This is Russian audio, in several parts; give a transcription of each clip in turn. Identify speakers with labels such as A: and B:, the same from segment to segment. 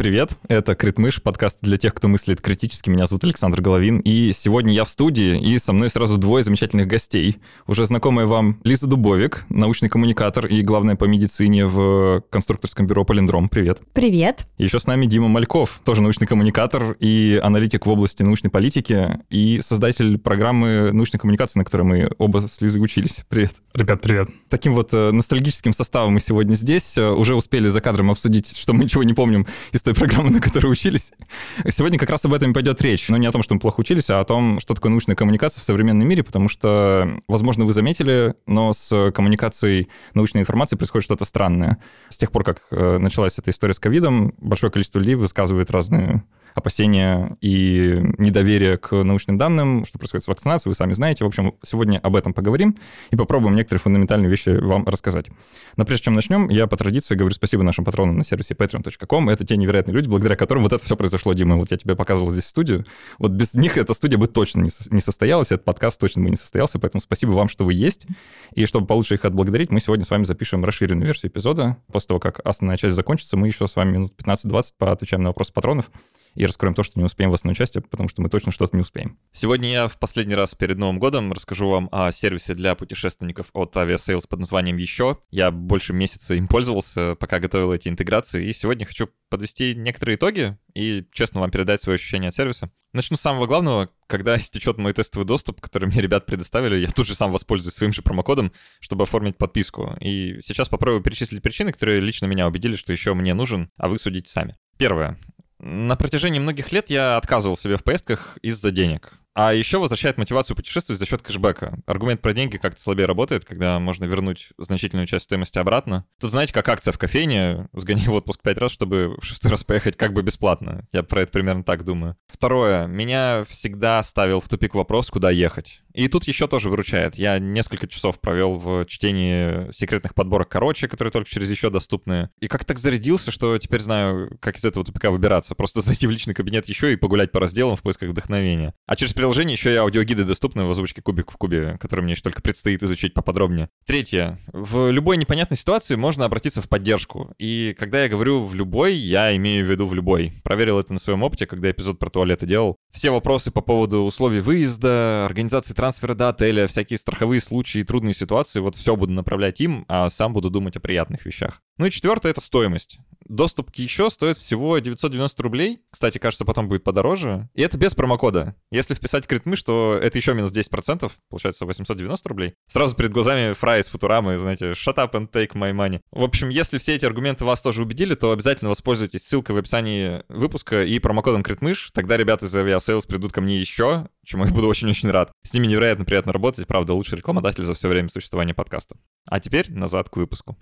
A: Привет, это Критмыш, подкаст для тех, кто мыслит критически. Меня зовут Александр Головин, и сегодня я в студии, и со мной сразу двое замечательных гостей. Уже знакомая вам Лиза Дубовик, научный коммуникатор и главная по медицине в конструкторском бюро «Полиндром». Привет.
B: Привет.
A: Еще с нами Дима Мальков, тоже научный коммуникатор и аналитик в области научной политики, и создатель программы научной коммуникации, на которой мы оба с Лизой учились. Привет.
C: Ребят, привет.
A: Таким вот ностальгическим составом мы сегодня здесь. Уже успели за кадром обсудить, что мы ничего не помним из той программы, на которой учились. Сегодня как раз об этом и пойдет речь. Но не о том, что мы плохо учились, а о том, что такое научная коммуникация в современном мире, потому что, возможно, вы заметили, но с коммуникацией научной информации происходит что-то странное. С тех пор, как началась эта история с ковидом, большое количество людей высказывает разные опасения и недоверие к научным данным, что происходит с вакцинацией, вы сами знаете. В общем, сегодня об этом поговорим и попробуем некоторые фундаментальные вещи вам рассказать. Но прежде чем начнем, я по традиции говорю спасибо нашим патронам на сервисе patreon.com. Это те невероятные люди, благодаря которым вот это все произошло, Дима. Вот я тебе показывал здесь студию. Вот без них эта студия бы точно не состоялась, этот подкаст точно бы не состоялся, поэтому спасибо вам, что вы есть. И чтобы получше их отблагодарить, мы сегодня с вами запишем расширенную версию эпизода. После того, как основная часть закончится, мы еще с вами минут 15-20 поотвечаем на вопросы патронов и раскроем то, что не успеем в основной части, потому что мы точно что-то не успеем.
D: Сегодня я в последний раз перед Новым годом расскажу вам о сервисе для путешественников от Aviasales под названием «Еще». Я больше месяца им пользовался, пока готовил эти интеграции, и сегодня хочу подвести некоторые итоги и честно вам передать свои ощущения от сервиса. Начну с самого главного. Когда истечет мой тестовый доступ, который мне ребят предоставили, я тут же сам воспользуюсь своим же промокодом, чтобы оформить подписку. И сейчас попробую перечислить причины, которые лично меня убедили, что еще мне нужен, а вы судите сами. Первое. На протяжении многих лет я отказывал себе в поездках из-за денег. А еще возвращает мотивацию путешествовать за счет кэшбэка. Аргумент про деньги как-то слабее работает, когда можно вернуть значительную часть стоимости обратно. Тут, знаете, как акция в кофейне, сгони в отпуск 5 раз, чтобы в 6-й раз поехать как бы бесплатно. Я про это примерно так думаю. Второе. Меня всегда ставил в тупик вопрос, куда ехать. И тут еще тоже выручает. Я несколько часов провел в чтении секретных подборок короче, которые только через еще доступны. И как так зарядился, что теперь знаю, как из этого тупика выбираться. Просто зайти в личный кабинет еще и погулять по разделам в поисках вдохновения. А через приложение еще и аудиогиды доступны в озвучке «Кубик в кубе», которые мне еще только предстоит изучить поподробнее. Третье. В любой непонятной ситуации можно обратиться в поддержку. И когда я говорю «в любой», я имею в виду «в любой». Проверил это на своем опыте, когда эпизод про туалеты делал. Все вопросы по поводу условий выезда, организации трансфера до отеля, всякие страховые случаи и трудные ситуации, вот все буду направлять им, а сам буду думать о приятных вещах. Ну и четвертое — это стоимость. Доступ к еще стоит всего 990 рублей. Кстати, кажется, потом будет подороже. И это без промокода. Если вписать Критмыш, то это еще минус 10%, получается 890 рублей. Сразу перед глазами фраза из Футурамы, знаете, shut up and take my money. В общем, если все эти аргументы вас тоже убедили, то обязательно воспользуйтесь ссылкой в описании выпуска и промокодом Критмыш. Тогда ребята из Aviasales придут ко мне еще, чему я буду очень-очень рад. С ними невероятно приятно работать. Правда, лучший рекламодатель за все время существования подкаста. А теперь назад к выпуску.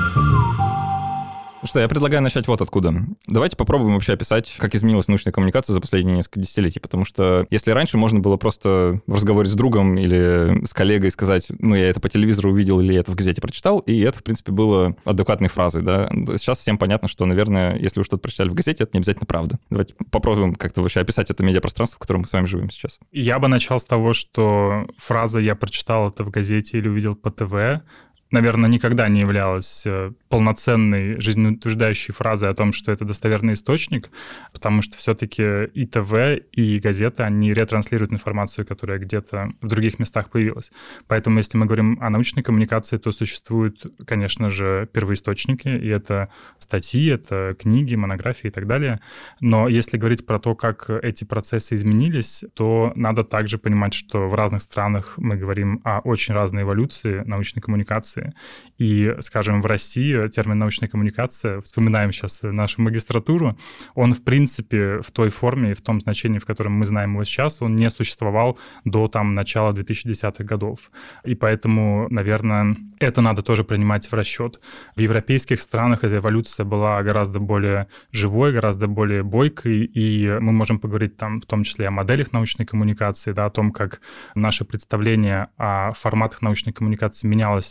A: Что, я предлагаю начать вот откуда. Давайте попробуем вообще описать, как изменилась научная коммуникация за последние несколько десятилетий, потому что если раньше можно было просто в разговоре с другом или с коллегой сказать, ну, я это по телевизору увидел или я это в газете прочитал, и это, в принципе, было адекватной фразой, да. Сейчас всем понятно, что, наверное, если вы что-то прочитали в газете, это не обязательно правда. Давайте попробуем как-то вообще описать это медиапространство, в котором мы с вами живем сейчас.
C: Я бы начал с того, что фраза «я прочитал это в газете или увидел по ТВ», наверное, никогда не являлась полноценной жизнеутверждающей фразой о том, что это достоверный источник, потому что все-таки и ТВ, и газеты, они ретранслируют информацию, которая где-то в других местах появилась. Поэтому, если мы говорим о научной коммуникации, то существуют, конечно же, первоисточники, и это статьи, это книги, монографии и так далее. Но если говорить про то, как эти процессы изменились, то надо также понимать, что в разных странах мы говорим о очень разной эволюции научной коммуникации. И, скажем, в России термин «научная коммуникация», вспоминаем сейчас нашу магистратуру, он, в принципе, в той форме и в том значении, в котором мы знаем его сейчас, он не существовал до начала 2010-х годов. И поэтому, наверное, это надо тоже принимать в расчет. В европейских странах эта эволюция была гораздо более живой, гораздо более бойкой, и мы можем поговорить там в том числе о моделях научной коммуникации, да, о том, как наше представление о форматах научной коммуникации менялось от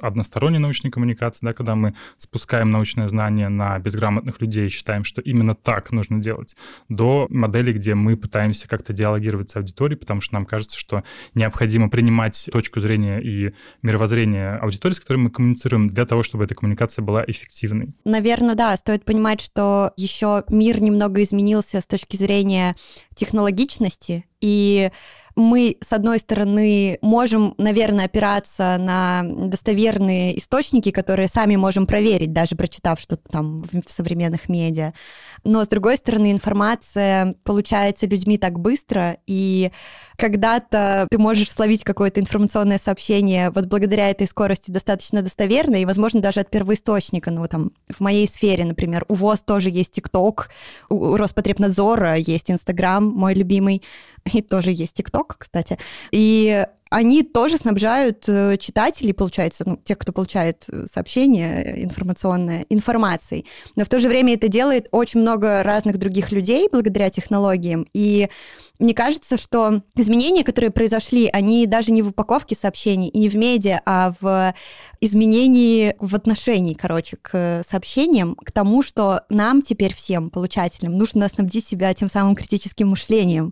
C: односторонней научной коммуникации, да, когда мы спускаем научное знание на безграмотных людей и считаем, что именно так нужно делать, до модели, где мы пытаемся как-то диалогировать с аудиторией, потому что нам кажется, что необходимо принимать точку зрения и мировоззрение аудитории, с которой мы коммуницируем, для того, чтобы эта коммуникация была эффективной.
B: Наверное, да, стоит понимать, что еще мир немного изменился с точки зрения технологичности, и мы, с одной стороны, можем, наверное, опираться на достоверные источники, которые сами можем проверить, даже прочитав что-то там в современных медиа. Но, с другой стороны, информация получается людьми так быстро, и когда-то ты можешь словить какое-то информационное сообщение вот благодаря этой скорости достаточно достоверно, и, возможно, даже от первоисточника. Ну, там, в моей сфере, например, у ВОЗ тоже есть ТикТок, у Роспотребнадзора есть Инстаграм, мой любимый, и тоже есть ТикТок, кстати. И они тоже снабжают читателей, получается, ну, тех, кто получает сообщение информационное, информацией. Но в то же время это делает очень много разных других людей благодаря технологиям. И мне кажется, что изменения, которые произошли, они даже не в упаковке сообщений и не в медиа, а в изменении в отношении, короче, к сообщениям, к тому, что нам теперь всем, получателям, нужно снабдить себя тем самым критическим мышлением,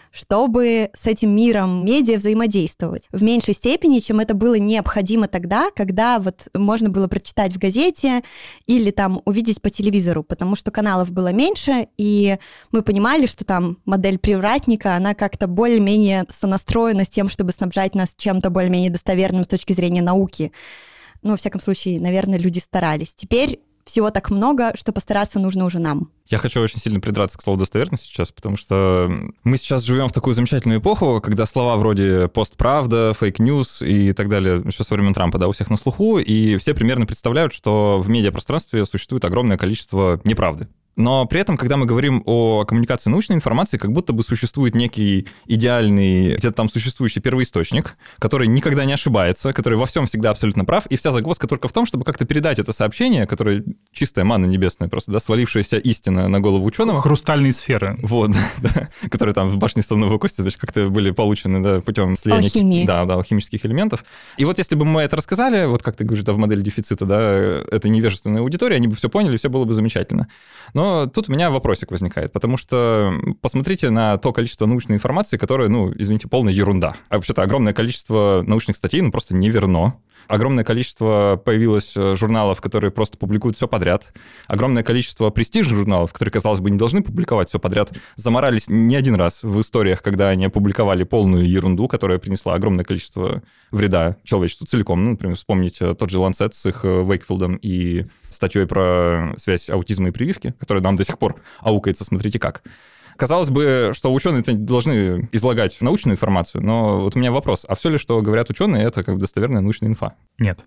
B: чтобы с этим миром медиа взаимодействовать в меньшей степени, чем это было необходимо тогда, когда вот можно было прочитать в газете или там увидеть по телевизору, потому что каналов было меньше, и мы понимали, что там модель привратника, она как-то более-менее сонастроена с тем, чтобы снабжать нас чем-то более-менее достоверным с точки зрения науки. Ну, во всяком случае, наверное, люди старались. Теперь всего так много, что постараться нужно уже нам.
A: Я хочу очень сильно придраться к слову достоверность сейчас, потому что мы сейчас живем в такую замечательную эпоху, когда слова вроде постправда, фейк-ньюс и так далее, еще со времен Трампа, да, у всех на слуху, и все примерно представляют, что в медиапространстве существует огромное количество неправды. Но при этом, когда мы говорим о коммуникации научной информации, как будто бы существует некий идеальный, где-то там существующий первоисточник, который никогда не ошибается, который во всем всегда абсолютно прав, и вся загвоздка только в том, чтобы как-то передать это сообщение, которое чистая манна небесная, просто, да, свалившаяся истина на голову ученого.
C: Хрустальные сферы.
A: Вот, да, которые там в башне слоновой кости, значит, как-то были получены, да, путем слияния...
B: Алхимии.
A: Да, алхимических элементов. И вот если бы мы это рассказали, вот как ты говоришь, да, в модели дефицита, да, этой невежественной аудитории, они бы все поняли, все было бы замечательно. Но тут у меня вопросик возникает, потому что посмотрите на то количество научной информации, которое, ну, извините, полная ерунда. А вообще-то огромное количество научных статей, ну, просто неверно. Огромное количество появилось журналов, которые просто публикуют все подряд. Огромное количество престижных журналов, которые, казалось бы, не должны публиковать все подряд, заморались не один раз в историях, когда они опубликовали полную ерунду, которая принесла огромное количество вреда человечеству целиком. Ну, например, вспомните тот же Lancet с их Уэйкфилдом и статьей про связь аутизма и прививки, которая нам до сих пор аукается, смотрите как. Казалось бы, что ученые-то должны излагать научную информацию, но вот у меня вопрос, а все ли, что говорят ученые, это как бы достоверная научная инфа?
C: Нет.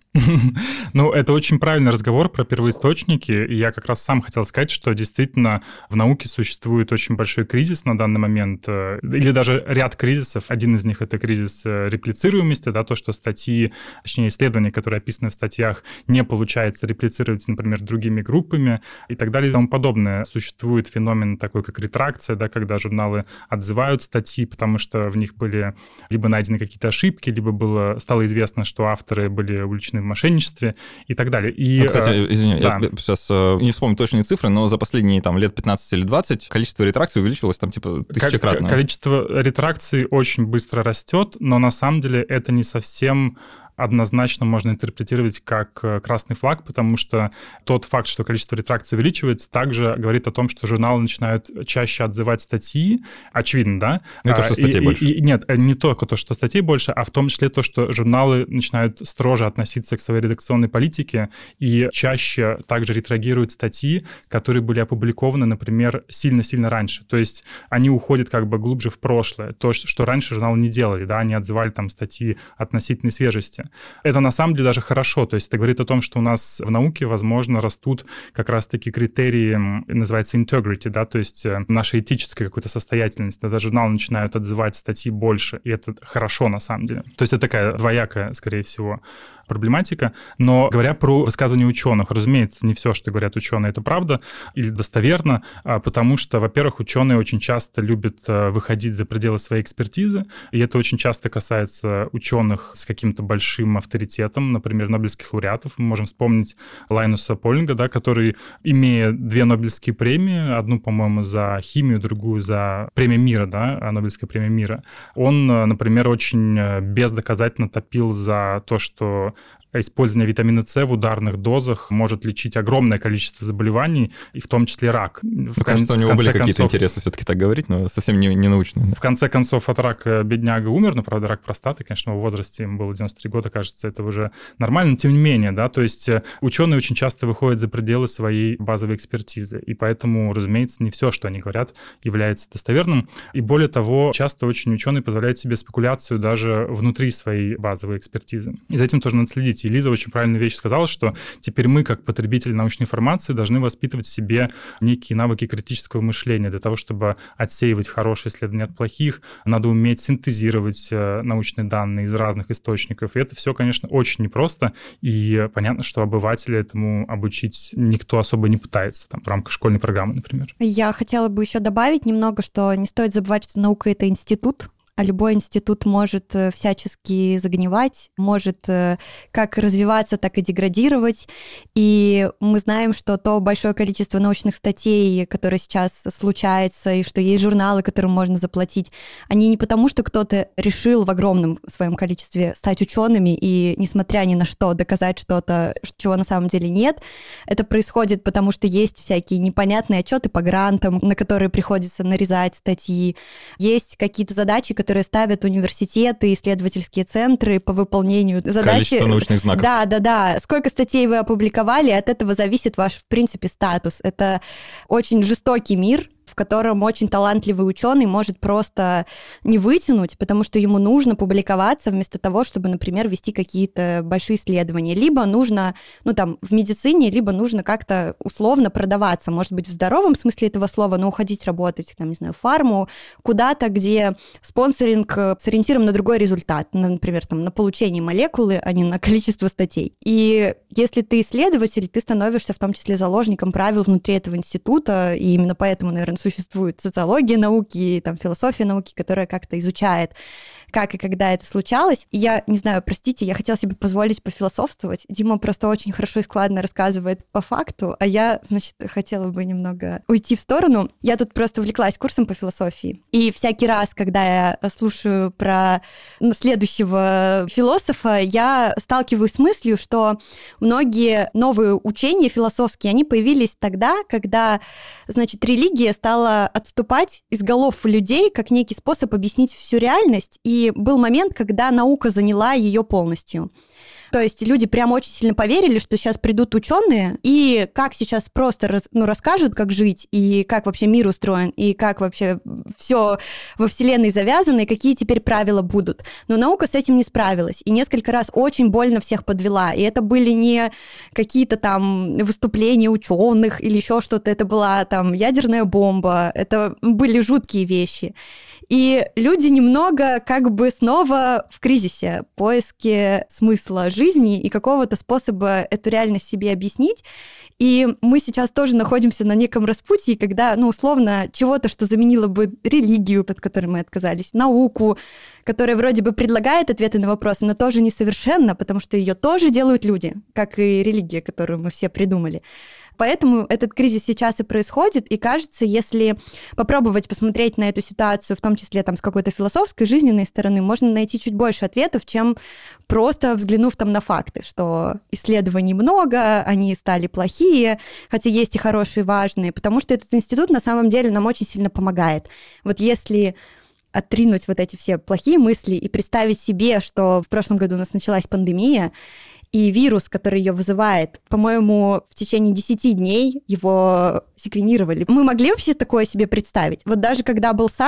C: Ну, это очень правильный разговор про первоисточники, и я как раз сам хотел сказать, что действительно в науке существует очень большой кризис на данный момент, или даже ряд кризисов. Один из них — это кризис реплицируемости, да, то, что статьи, точнее, исследования, которые описаны в статьях, не получается реплицировать, например, другими группами и так далее и тому подобное. Существует феномен такой, как ретракция, да, когда журналы отзывают статьи, потому что в них были либо найдены какие-то ошибки, либо стало известно, что авторы были увлечены в мошенничестве и так далее. И,
A: кстати, извини,
C: да.
A: я сейчас не вспомню точные цифры, но за последние там лет 15 или 20 количество ретракций увеличилось там типа тысячекратно.
C: Количество ретракций очень быстро растет, но на самом деле это не совсем однозначно можно интерпретировать как красный флаг, потому что тот факт, что количество ретракций увеличивается, также говорит о том, что журналы начинают чаще отзывать статьи. Очевидно, да?
A: Не то, что статей больше.
C: Нет, не только то, что статей больше, а в том числе то, что журналы начинают строже относиться к своей редакционной политике и чаще также ретрагируют статьи, которые были опубликованы, например, сильно-сильно раньше. То есть они уходят как бы глубже в прошлое. То, что раньше журналы не делали, да, они отзывали там статьи относительной свежести. Это на самом деле даже хорошо, то есть это говорит о том, что у нас в науке, возможно, растут как раз-таки критерии, называется integrity, да, то есть наша этическая какая-то состоятельность, когда журналы начинают отзывать статьи больше, и это хорошо на самом деле. То есть это такая двоякая, скорее всего, проблематика. Но говоря про высказывания ученых, разумеется, не все, что говорят ученые, это правда или достоверно, потому что, во-первых, ученые очень часто любят выходить за пределы своей экспертизы, и это очень часто касается ученых с каким-то большим авторитетом, например, нобелевских лауреатов. Мы можем вспомнить Лайнуса Полинга, да, который, имея 2 Нобелевские премии, одну, по-моему, за химию, другую за премию мира, да, Нобелевская премия мира, он, например, очень бездоказательно топил за то, что использование витамина С в ударных дозах может лечить огромное количество заболеваний, и в том числе рак.
A: Кажется, у него были какие-то интересы все-таки так говорить, но совсем не научные.
C: В конце концов, от рака бедняга умер, но, правда, рак простаты, конечно, в возрасте, ему было 93 года, кажется, это уже нормально, но тем не менее, да, то есть ученые очень часто выходят за пределы своей базовой экспертизы, и поэтому, разумеется, не все, что они говорят, является достоверным, и более того, часто очень ученые позволяют себе спекуляцию даже внутри своей базовой экспертизы. И за этим тоже надо следить. И Лиза очень правильную вещь сказала, что теперь мы, как потребители научной информации, должны воспитывать в себе некие навыки критического мышления. Для того, чтобы отсеивать хорошие исследования от плохих, надо уметь синтезировать научные данные из разных источников. И это все, конечно, очень непросто. И понятно, что обывателя этому обучить никто особо не пытается, там, в рамках школьной программы, например.
B: Я хотела бы еще добавить немного, что не стоит забывать, что наука — это институт, а любой институт может всячески загнивать, может как развиваться, так и деградировать. И мы знаем, что то большое количество научных статей, которые сейчас случается, и что есть журналы, которым можно заплатить, они не потому, что кто-то решил в огромном своем количестве стать учеными и, несмотря ни на что, доказать что-то, чего на самом деле нет. Это происходит потому, что есть всякие непонятные отчеты по грантам, на которые приходится нарезать статьи. Есть какие-то задачи, которые ставят университеты, исследовательские центры по выполнению задачи.
A: Количество научных знаков.
B: Да. Сколько статей вы опубликовали, от этого зависит ваш, в принципе, статус. Это очень жестокий мир, в котором очень талантливый ученый может просто не вытянуть, потому что ему нужно публиковаться вместо того, чтобы, например, вести какие-то большие исследования. Либо нужно, в медицине, либо нужно как-то условно продаваться, может быть, в здоровом смысле этого слова, но уходить работать, в фарму, куда-то, где спонсоринг сориентирован на другой результат, например, на получение молекулы, а не на количество статей. И если ты исследователь, ты становишься в том числе заложником правил внутри этого института, и именно поэтому, наверное, существует социология науки, философия науки, которая как-то изучает, как и когда это случалось. И я не знаю, простите, я хотела себе позволить пофилософствовать. Дима просто очень хорошо и складно рассказывает по факту, а я, хотела бы немного уйти в сторону. Я тут просто увлеклась курсом по философии. И всякий раз, когда я слушаю про следующего философа, я сталкиваюсь с мыслью, что многие новые учения философские, они появились тогда, когда, религия стала отступать из голов людей как некий способ объяснить всю реальность, и был момент, когда наука заняла ее полностью. То есть люди прям очень сильно поверили, что сейчас придут ученые и как сейчас просто расскажут, как жить, и как вообще мир устроен, и как вообще все во Вселенной завязано, и какие теперь правила будут. Но наука с этим не справилась, и несколько раз очень больно всех подвела. И это были не какие-то выступления ученых или еще что-то, это была ядерная бомба, это были жуткие вещи. И люди немного снова в кризисе, поиске смысла жизни и какого-то способа эту реальность себе объяснить. И мы сейчас тоже находимся на неком распутье, когда, условно, чего-то, что заменило бы религию, от которой мы отказались, науку, которая вроде бы предлагает ответы на вопросы, но тоже несовершенна, потому что ее тоже делают люди, как и религия, которую мы все придумали. Поэтому этот кризис сейчас и происходит, и кажется, если попробовать посмотреть на эту ситуацию, в том числе с какой-то философской, жизненной стороны, можно найти чуть больше ответов, чем просто взглянув на факты, что исследований много, они стали плохие, хотя есть и хорошие, и важные, потому что этот институт на самом деле нам очень сильно помогает. Вот если отринуть эти все плохие мысли и представить себе, что в прошлом году у нас началась пандемия, и вирус, который ее вызывает, по-моему, в течение 10 дней его секвенировали. Мы могли вообще такое себе представить? Вот даже когда был SARS,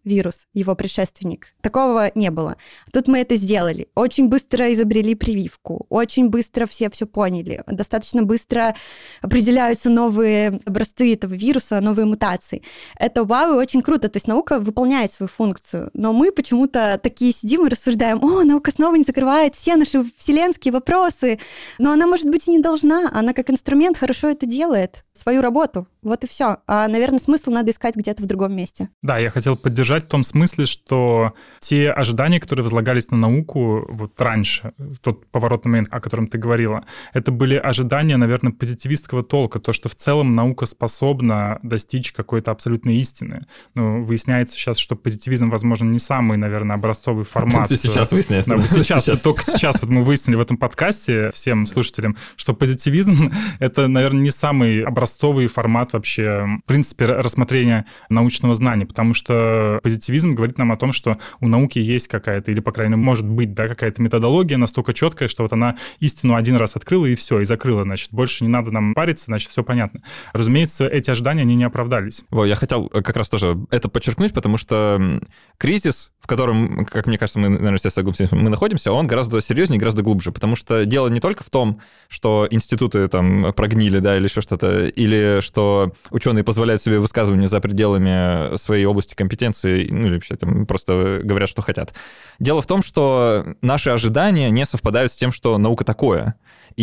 B: вирус, его предшественник. Такого не было. Тут мы это сделали. Очень быстро изобрели прививку, очень быстро все поняли. Достаточно быстро определяются новые образцы этого вируса, новые мутации. Это вау и очень круто. То есть наука выполняет свою функцию. Но мы почему-то такие сидим и рассуждаем: о, наука снова не закрывает все наши вселенские вопросы. Но она, может быть, и не должна. Она как инструмент хорошо это делает, свою работу. Вот и все. А, наверное, смысл надо искать где-то в другом месте.
C: Да, я хотел поддержать в том смысле, что те ожидания, которые возлагались на науку вот раньше, в тот поворотный момент, о котором ты говорила, это были ожидания, наверное, позитивистского толка, то, что в целом наука способна достичь какой-то абсолютной истины. Ну, выясняется сейчас, что позитивизм, возможно, не самый, наверное, образцовый формат.
A: Это сейчас выясняется.
C: Да, только сейчас вот мы выяснили в этом подкасте всем слушателям, что позитивизм — это, наверное, не самый образцовый формат вообще, в принципе, рассмотрения научного знания, потому что позитивизм говорит нам о том, что у науки есть какая-то, или, по крайней мере, может быть, да, какая-то методология настолько четкая, что вот она истину один раз открыла, и все, и закрыла, значит, больше не надо нам париться, значит, все понятно. Разумеется, эти ожидания, они не оправдались.
A: Я хотел как раз тоже это подчеркнуть, потому что кризис, в котором, как мне кажется, мы, наверное, все согласимся, мы находимся, он гораздо серьезнее, гораздо глубже, потому что дело не только в том, что институты там прогнили, да, или еще что-то, или что ученые позволяют себе высказывания за пределами своей области компетенции, ну, или вообще там просто говорят, что хотят. Дело в том, что наши ожидания не совпадают с тем, что наука такое.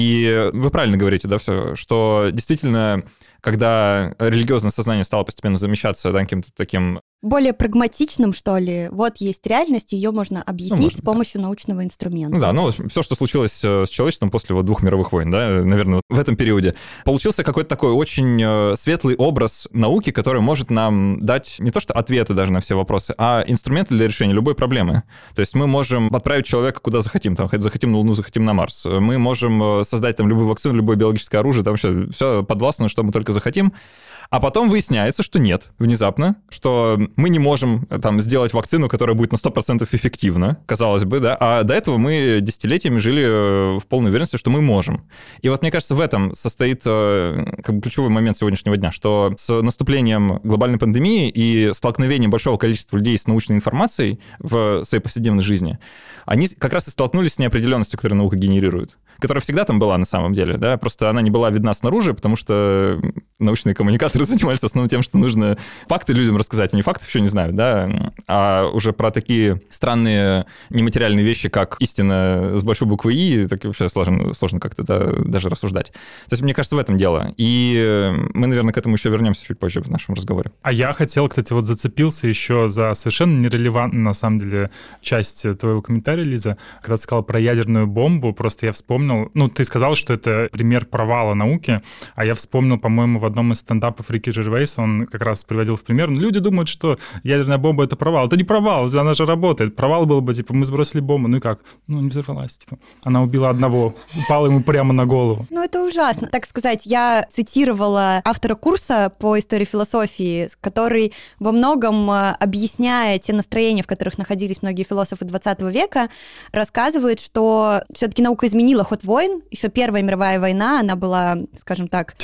A: И вы правильно говорите, да, все, что действительно, когда религиозное сознание стало постепенно замещаться, да, каким-то таким...
B: более прагматичным, что ли. Вот есть реальность, ее можно объяснить с помощью научного инструмента.
A: Все, что случилось с человечеством после 2 мировых войн, да, наверное, в этом периоде, получился какой-то такой очень светлый образ науки, который может нам дать не то что ответы даже на все вопросы, а инструменты для решения любой проблемы. То есть мы можем отправить человека куда захотим, там, захотим на Луну, захотим на Марс. Мы можем создать там любую вакцину, любое биологическое оружие, там все подвластно, что мы только захотим. А потом выясняется, что нет, внезапно, что мы не можем там сделать вакцину, которая будет на 100% эффективна, казалось бы, да, а до этого мы десятилетиями жили в полной уверенности, что мы можем. И вот мне кажется, в этом состоит как бы ключевой момент сегодняшнего дня, что с наступлением глобальной пандемии и столкновением большого количества людей с научной информацией в своей повседневной жизни, они как раз и столкнулись с неопределенностью, которую наука генерирует, которая всегда там была на самом деле, да, просто она не была видна снаружи, потому что научные коммуникаторы занимались в основном тем, что нужно факты людям рассказать, они фактов еще не знают, да, а уже про такие странные нематериальные вещи, как истина с большой буквы «и», так вообще сложно как-то даже рассуждать. То есть, мне кажется, в этом дело. И мы, наверное, к этому еще вернемся чуть позже в нашем разговоре.
C: А я хотел, кстати, вот зацепился еще за совершенно нерелевантную, на самом деле, часть твоего комментария, Лиза, когда ты сказала про ядерную бомбу, просто я вспомнил, ты сказал, что это пример провала науки, а я вспомнил, по-моему, в одном из стендапов Рики Жервейса, он как раз приводил в пример, люди думают, что ядерная бомба — это провал. Это не провал, она же работает. Провал был бы, мы сбросили бомбу, и как? Не взорвалась, Она убила одного, упала ему прямо на голову.
B: Это ужасно. Так сказать, я цитировала автора курса по истории философии, который во многом, объясняя те настроения, в которых находились многие философы 20 века, рассказывает, что все-таки наука изменила ход войн. Еще Первая мировая война, она была, скажем так,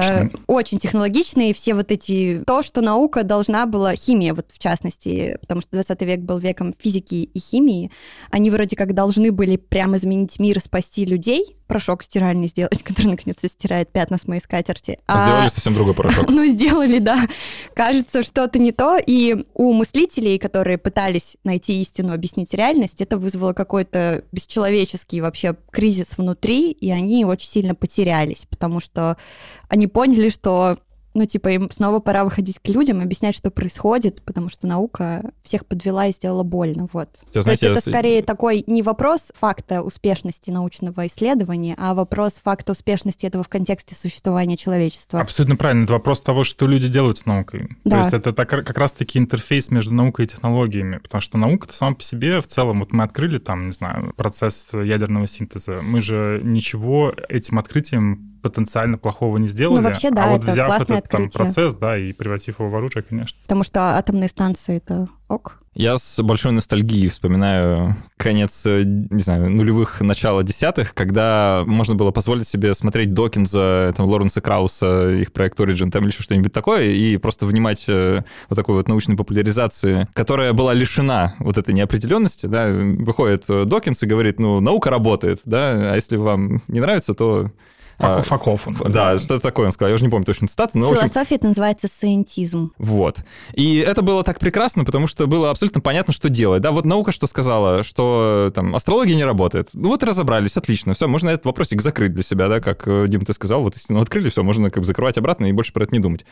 B: очень технологичной. И все то, что наука должна была, химия в частности, потому что 20 век был веком физики и химии, они вроде как должны были прямо изменить мир, спасти людей, порошок стиральный сделать, который наконец-то стирает пятна с моей скатерти.
A: Сделали совсем другой порошок.
B: Сделали, да. Кажется, что-то не то. И у мыслителей, которые пытались найти истину, объяснить реальность, это вызвало какой-то бесчеловеческий вообще кризис внутри, и они очень сильно потерялись, потому что они поняли, что им снова пора выходить к людям, объяснять, что происходит, потому что наука всех подвела и сделала больно. То есть это скорее такой не вопрос факта успешности научного исследования, а вопрос факта успешности этого в контексте существования человечества.
C: Абсолютно правильно. Это вопрос того, что люди делают с наукой. Да. То есть это как раз-таки интерфейс между наукой и технологиями, потому что наука-то сама по себе в целом, мы открыли процесс ядерного синтеза, мы же ничего этим открытием потенциально плохого не сделали.
B: Вообще, да, это
C: взяв
B: классное
C: там процесс, да, и превратив его в оружие, конечно.
B: Потому что атомные станции — это ок.
A: Я с большой ностальгией вспоминаю конец, не знаю, нулевых, начало десятых, когда можно было позволить себе смотреть Докинза, там, Лоренса Крауса, их проект Origin, там, или еще что-нибудь такое, и просто внимать вот такой вот научной популяризации, которая была лишена вот этой неопределенности, да, выходит Докинс и говорит, ну, наука работает, да, а если вам не нравится, то...
C: Факов.
A: Да, что-то такое он сказал. Я уже не помню точно цитату, но...
B: Философия это называется сcientism.
A: Вот. И это было так прекрасно, потому что было абсолютно понятно, что делать. Да, вот наука что сказала, что там астрология не работает. Ну вот и разобрались, отлично. Все, можно этот вопросик закрыть для себя, да, как, Дим, ты сказал, вот истину открыли, все, можно как бы закрывать обратно и больше про это не думать.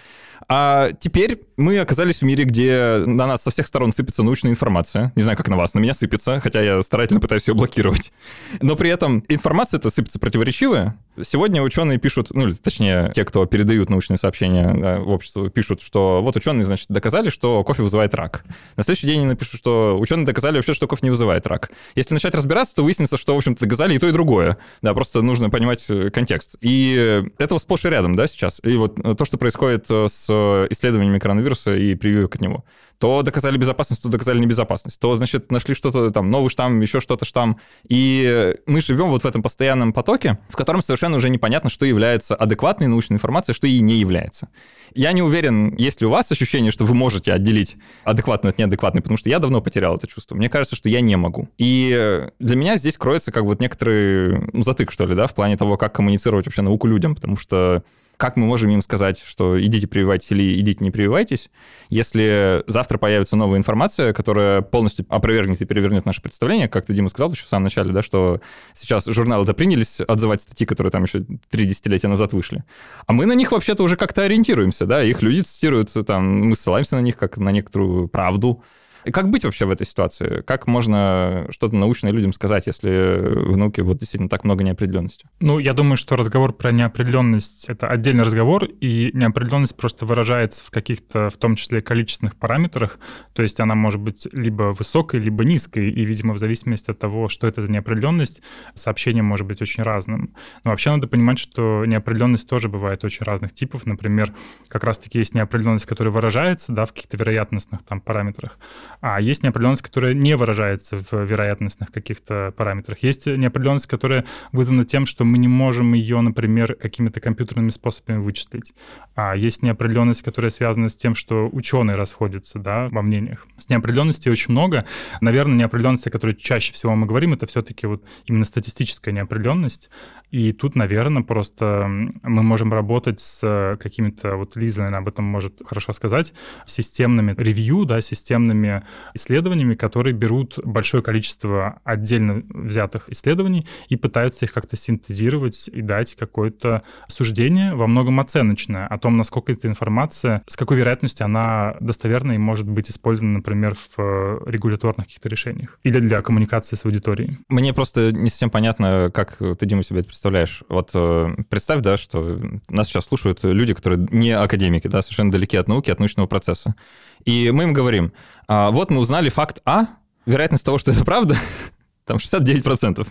A: А теперь мы оказались в мире, где на нас со всех сторон сыпется научная информация. Не знаю, как на вас, на меня сыпется, хотя я старательно пытаюсь ее блокировать. Но при этом информация-то сыпется противоречивая. Сегодня ученые пишут, ну, или точнее, те, кто передают научные сообщения, да, в общество, пишут, что вот ученые, значит, доказали, что кофе вызывает рак. На следующий день они напишут, что ученые доказали вообще, что кофе не вызывает рак. Если начать разбираться, то выяснится, что, в общем-то, доказали и то, и другое. Да, просто нужно понимать контекст. И этого сплошь и рядом, да, сейчас. И вот то, что происходит с исследованиями коронавируса и прививок от него. То доказали безопасность, то доказали небезопасность. То, значит, нашли что-то там, новый штамм, еще что-то штамм. И мы живем вот в этом постоянном потоке, в котором совершенно уже непонятно, что является адекватной научной информацией, что ей не является. Я не уверен, есть ли у вас ощущение, что вы можете отделить адекватную от неадекватной, потому что я давно потерял это чувство. Мне кажется, что я не могу. И для меня здесь кроется как вот некоторый затык, что ли, да, в плане того, как коммуницировать вообще науку людям, потому что как мы можем им сказать, что идите прививайтесь или идите не прививайтесь, если завтра появится новая информация, которая полностью опровергнет и перевернет наше представление, как ты, Дима, сказал еще в самом начале, да, что сейчас журналы-то принялись отзывать статьи, которые там еще 3 десятилетия назад вышли. А мы на них вообще-то уже как-то ориентируемся, да, их люди цитируют, там, мы ссылаемся на них как на некоторую правду. И как быть вообще в этой ситуации? Как можно что-то научное людям сказать, если в науке вот действительно так много неопределенности?
C: Ну, я думаю, что разговор про неопределенность — это отдельный разговор, и неопределенность просто выражается в каких-то, в том числе, количественных параметрах, то есть она может быть либо высокой, либо низкой, и, видимо, в зависимости от того, что это за неопределенность, сообщение может быть очень разным. Но вообще надо понимать, что неопределенность тоже бывает очень разных типов. Например, как раз-таки есть неопределенность, которая выражается, да, в каких-то вероятностных там параметрах, а есть неопределенность, которая не выражается в вероятностных каких-то параметрах. Есть неопределенность, которая вызвана тем, что мы не можем ее, например, какими-то компьютерными способами вычислить. А есть неопределенность, которая связана с тем, что ученые расходятся, да, во мнениях. С неопределенностей очень много. Наверное, неопределенность, о которой чаще всего мы говорим, это все-таки вот именно статистическая неопределенность. И тут, наверное, просто мы можем работать с какими-то, вот Лиза, наверное, об этом может хорошо сказать, системными ревью, да, системными исследованиями, которые берут большое количество отдельно взятых исследований и пытаются их как-то синтезировать и дать какое-то суждение, во многом оценочное, о том, насколько эта информация, с какой вероятностью она достоверна и может быть использована, например, в регуляторных каких-то решениях или для коммуникации с аудиторией.
A: Мне просто не совсем понятно, как ты, Дима, себе это представляешь. Вот представь, да, что нас сейчас слушают люди, которые не академики, да, совершенно далеки от науки, от научного процесса. И мы им говорим, вот мы узнали факт А, вероятность того, что это правда, там 69%.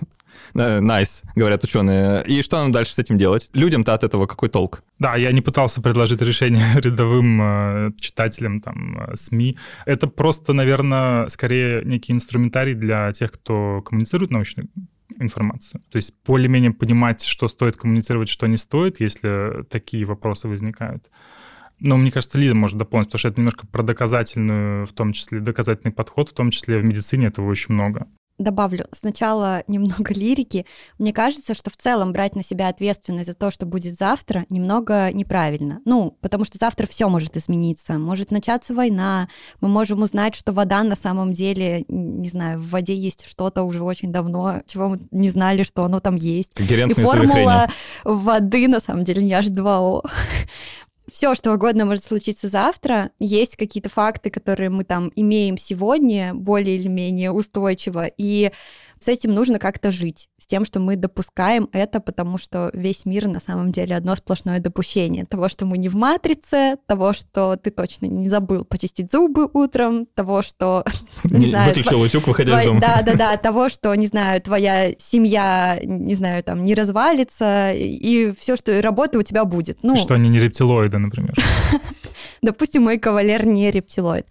A: Найс, говорят ученые. И что нам дальше с этим делать? Людям-то от этого какой толк?
C: Да, я не пытался предложить решение рядовым читателям, там, СМИ. Это просто, наверное, скорее некий инструментарий для тех, кто коммуницирует научную информацию. То есть более-менее понимать, что стоит коммуницировать, что не стоит, если такие вопросы возникают. Но мне кажется, Лиза может дополнить, потому что это немножко про доказательную, в том числе доказательный подход, в том числе в медицине этого очень много.
B: Добавлю сначала немного лирики. Мне кажется, что в целом брать на себя ответственность за то, что будет завтра, немного неправильно. Ну, потому что завтра все может измениться. Может начаться война, мы можем узнать, что вода на самом деле, не знаю, в воде есть что-то уже очень давно, чего мы не знали, что оно там есть.
A: Когерентные
B: И формула
A: завихрения.
B: воды на самом деле не H2O. Все, что угодно может случиться завтра. Есть какие-то факты, которые мы там имеем сегодня более или менее устойчиво. И С этим нужно как-то жить, с тем, что мы допускаем это, потому что весь мир на самом деле одно сплошное допущение. Того, что мы не в матрице, того, что ты точно не забыл почистить зубы утром, того, что...
A: Не знаю, выключил утюг, выходя из дома.
B: Да, того, что, не знаю, твоя семья, не знаю, там, не развалится, и все, что работа у тебя будет.
C: Что они не рептилоиды, например.
B: Допустим, мой кавалер не рептилоид.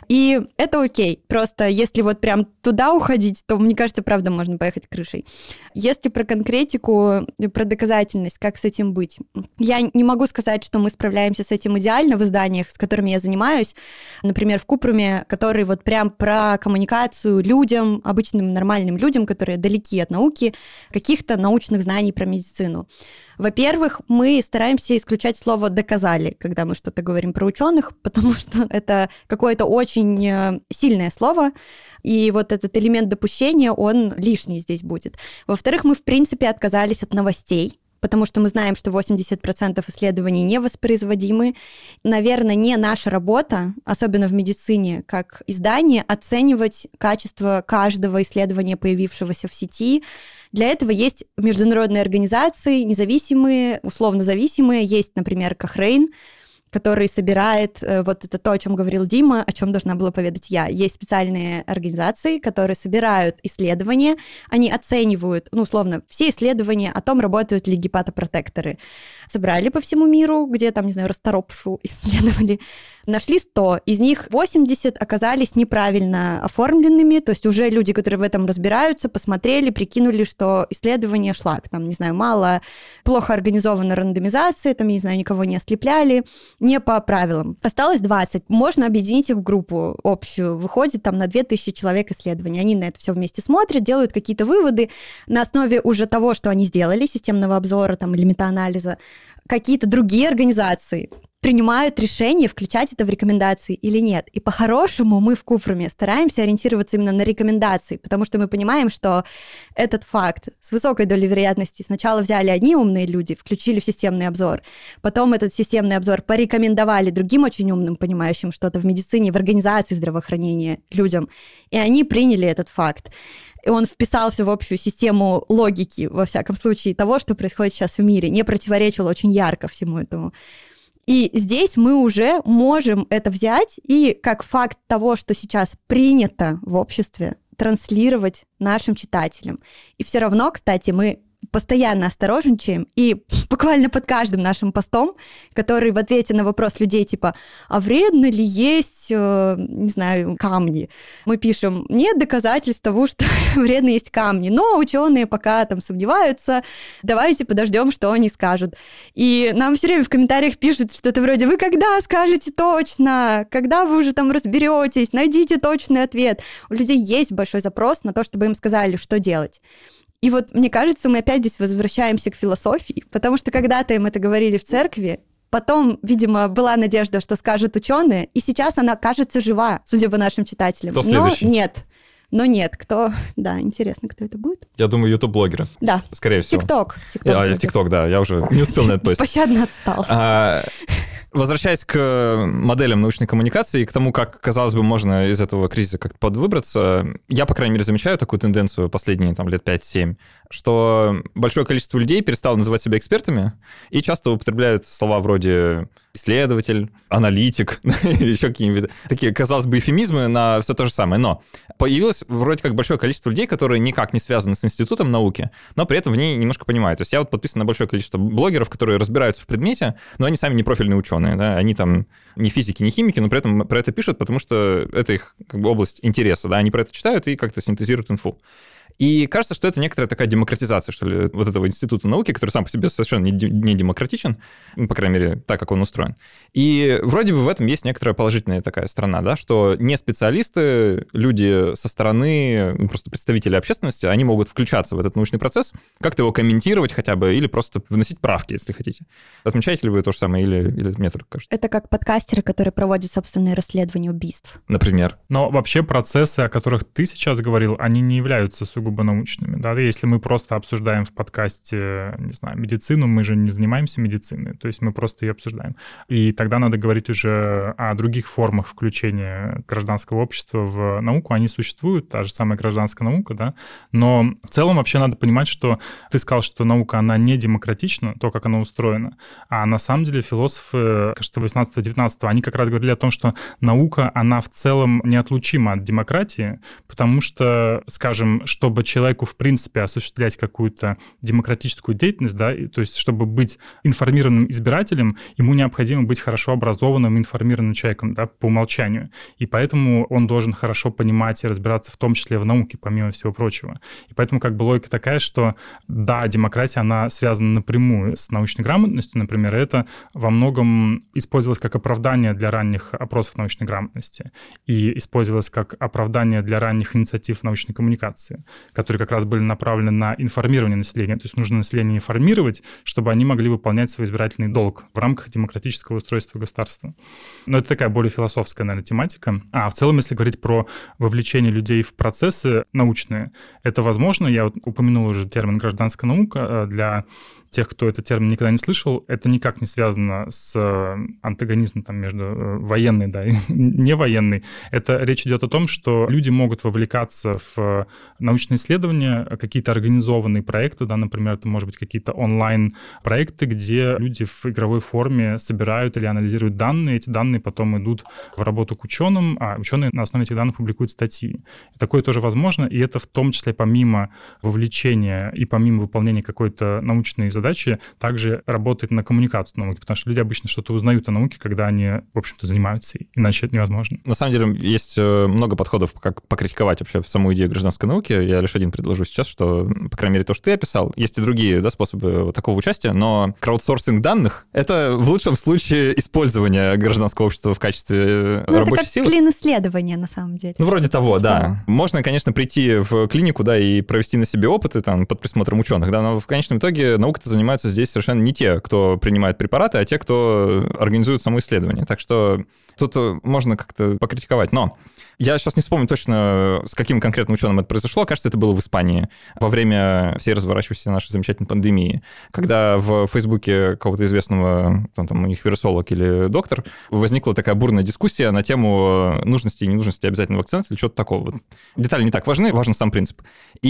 B: И это окей. Просто если вот прям туда уходить, то, мне кажется, правда, можно поехать крышей. Если про конкретику, про доказательность, как с этим быть? Я не могу сказать, что мы справляемся с этим идеально в изданиях, с которыми я занимаюсь. Например, в Купруме, который вот прям про коммуникацию людям, обычным нормальным людям, которые далеки от науки, каких-то научных знаний про медицину. Во-первых, мы стараемся исключать слово «доказали», когда мы что-то говорим про ученых, потому что это какое-то очень сильное слово, и вот этот элемент допущения, он лишний здесь будет. Во-вторых, мы, в принципе, отказались от новостей, потому что мы знаем, что 80% исследований не воспроизводимы. Наверное, не наша работа, особенно в медицине, как издание, оценивать качество каждого исследования, появившегося в сети. Для этого есть международные организации, независимые, условно зависимые. Есть, например, Cochrane, который собирает, вот это то, о чем говорил Дима, о чем должна была поведать я. Есть специальные организации, которые собирают исследования, они оценивают, условно, все исследования о том, работают ли гепатопротекторы. Собрали по всему миру, где там, не знаю, расторопшу исследовали. Нашли 100, из них 80 оказались неправильно оформленными, то есть уже люди, которые в этом разбираются, посмотрели, прикинули, что исследование шлак, там, не знаю, мало, плохо организована рандомизация, там, я не знаю, никого не ослепляли, не по правилам. Осталось 20. Можно объединить их в группу общую. Выходит там на 2000 человек исследований. Они на это все вместе смотрят, делают какие-то выводы на основе уже того, что они сделали, системного обзора там, или метаанализа. Какие-то другие организации принимают решение, включать это в рекомендации или нет. И по-хорошему мы в Купруме стараемся ориентироваться именно на рекомендации, потому что мы понимаем, что этот факт с высокой долей вероятности сначала взяли одни умные люди, включили в системный обзор, потом этот системный обзор порекомендовали другим очень умным, понимающим что-то в медицине, в организации здравоохранения людям, и они приняли этот факт. И он вписался в общую систему логики, во всяком случае, того, что происходит сейчас в мире, не противоречил очень ярко всему этому. И здесь мы уже можем это взять и как факт того, что сейчас принято в обществе, транслировать нашим читателям. И все равно, кстати, мы постоянно осторожничаем, и буквально под каждым нашим постом, который в ответе на вопрос людей типа «А вредно ли есть, не знаю, камни?» Мы пишем «Нет доказательств того, что вредно есть камни, но ученые пока там сомневаются, давайте подождем, что они скажут». И нам все время в комментариях пишут что-то вроде «Вы когда скажете точно? Когда вы уже там разберетесь? Найдите точный ответ». У людей есть большой запрос на то, чтобы им сказали, что делать. И вот, мне кажется, мы опять здесь возвращаемся к философии, потому что когда-то им это говорили в церкви, потом, видимо, была надежда, что скажут ученые, и сейчас она, кажется, жива, судя по нашим читателям.
A: Кто следующий?
B: Но нет. Кто? Да, интересно, кто это будет?
A: Я думаю, ютуб-блогеры.
B: Да.
A: Скорее всего.
B: ТикТок,
A: да, я уже не успел на это постить.
B: Беспощадно отстал.
A: Возвращаясь к моделям научной коммуникации и к тому, как, казалось бы, можно из этого кризиса как-то подвыбраться, я, по крайней мере, замечаю такую тенденцию последние лет 5-7, что большое количество людей перестало называть себя экспертами и часто употребляют слова вроде исследователь, аналитик, еще какие-нибудь такие, казалось бы, эвфемизмы на все то же самое. Но появилось вроде как большое количество людей, которые никак не связаны с институтом науки, но при этом в ней немножко понимают. То есть я вот подписан на большое количество блогеров, которые разбираются в предмете, но они сами не профильные ученые, да? Они там не физики, не химики, но при этом про это пишут, потому что это их область интереса, да? Они про это читают и как-то синтезируют инфу. И кажется, что это некоторая такая демократизация, что ли, вот этого института науки, который сам по себе совершенно не демократичен, по крайней мере, так, как он устроен. И вроде бы в этом есть некоторая положительная такая сторона, да, что не специалисты, люди со стороны, просто представители общественности, они могут включаться в этот научный процесс, как-то его комментировать хотя бы, или просто вносить правки, если хотите. Отмечаете ли вы то же самое, или мне только кажется?
B: Это как подкастеры, которые проводят собственные расследования убийств.
A: Например.
C: Но вообще процессы, о которых ты сейчас говорил, они не являются сугубо сугубо научными. Да? Если мы просто обсуждаем в подкасте, не знаю, медицину, мы же не занимаемся медициной, то есть мы просто ее обсуждаем. И тогда надо говорить уже о других формах включения гражданского общества в науку. Они существуют, та же самая гражданская наука, да, но в целом вообще надо понимать, что ты сказал, что наука, она не демократична, то, как она устроена, а на самом деле философы, кажется, 18-19, они как раз говорили о том, что наука, она в целом неотлучима от демократии, потому что, скажем, чтобы человеку, в принципе, осуществлять какую-то демократическую деятельность, да, то есть чтобы быть информированным избирателем, ему необходимо быть хорошо образованным, информированным человеком, да, по умолчанию. И поэтому он должен хорошо понимать и разбираться в том числе в науке, помимо всего прочего. И поэтому как бы логика такая, что да, демократия, она связана напрямую с научной грамотностью, например, это во многом использовалось как оправдание для ранних опросов научной грамотности и использовалось как оправдание для ранних инициатив научной коммуникации, которые как раз были направлены на информирование населения. То есть нужно население информировать, чтобы они могли выполнять свой избирательный долг в рамках демократического устройства государства. Но это такая более философская, наверное, тематика. А в целом, если говорить про вовлечение людей в процессы научные, это возможно. Я вот упомянул уже термин «гражданская наука». Для тех, кто этот термин никогда не слышал, это никак не связано с антагонизмом там, между военной, да, и не военной. Это речь идет о том, что люди могут вовлекаться в научные исследования, какие-то организованные проекты, да, например, это может быть какие-то онлайн-проекты, где люди в игровой форме собирают или анализируют данные, эти данные потом идут в работу к ученым, а ученые на основе этих данных публикуют статьи. И такое тоже возможно, и это в том числе помимо вовлечения и помимо выполнения какой-то научной задачи также работает на коммуникацию науки, потому что люди обычно что-то узнают о науке, когда они, в общем-то, занимаются, иначе это невозможно.
A: На самом деле есть много подходов, как покритиковать вообще саму идею гражданской науки. Я лишь один предложу сейчас, что, по крайней мере, то, что ты описал, есть и другие, да, способы такого участия, но краудсорсинг данных — это в лучшем случае использование гражданского общества в качестве рабочей силы.
B: Это как клин-исследование, на самом деле.
A: Ну, вроде того, да. Можно, конечно, прийти в клинику, да, и провести на себе опыты там под присмотром ученых, да, но в конечном итоге наукой-то занимаются здесь совершенно не те, кто принимает препараты, а те, кто организует само исследование. Так что тут можно как-то покритиковать. Но я сейчас не вспомню точно, с каким конкретным ученым это произошло. Кажется, это было в Испании во время всей разворачивающейся нашей замечательной пандемии, когда в Фейсбуке какого-то известного, там у них вирусолог или доктор, возникла такая бурная дискуссия на тему нужности и ненужности обязательной вакцинации или что-то такого. Вот. Детали не так важны, важен сам принцип.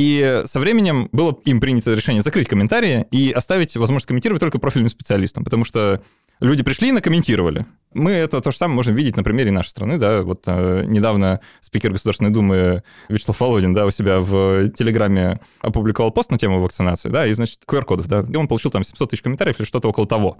A: И со временем было им принято решение закрыть комментарии и оставить возможность комментировать только профильным специалистам, потому что люди пришли и накомментировали. Мы это то же самое можем видеть на примере нашей страны, да, вот недавно спикер Государственной Думы Вячеслав Володин, да, у себя в Телеграме опубликовал пост на тему вакцинации, да, и, значит, QR-кодов, да, и он получил там 700 тысяч комментариев или что-то около того.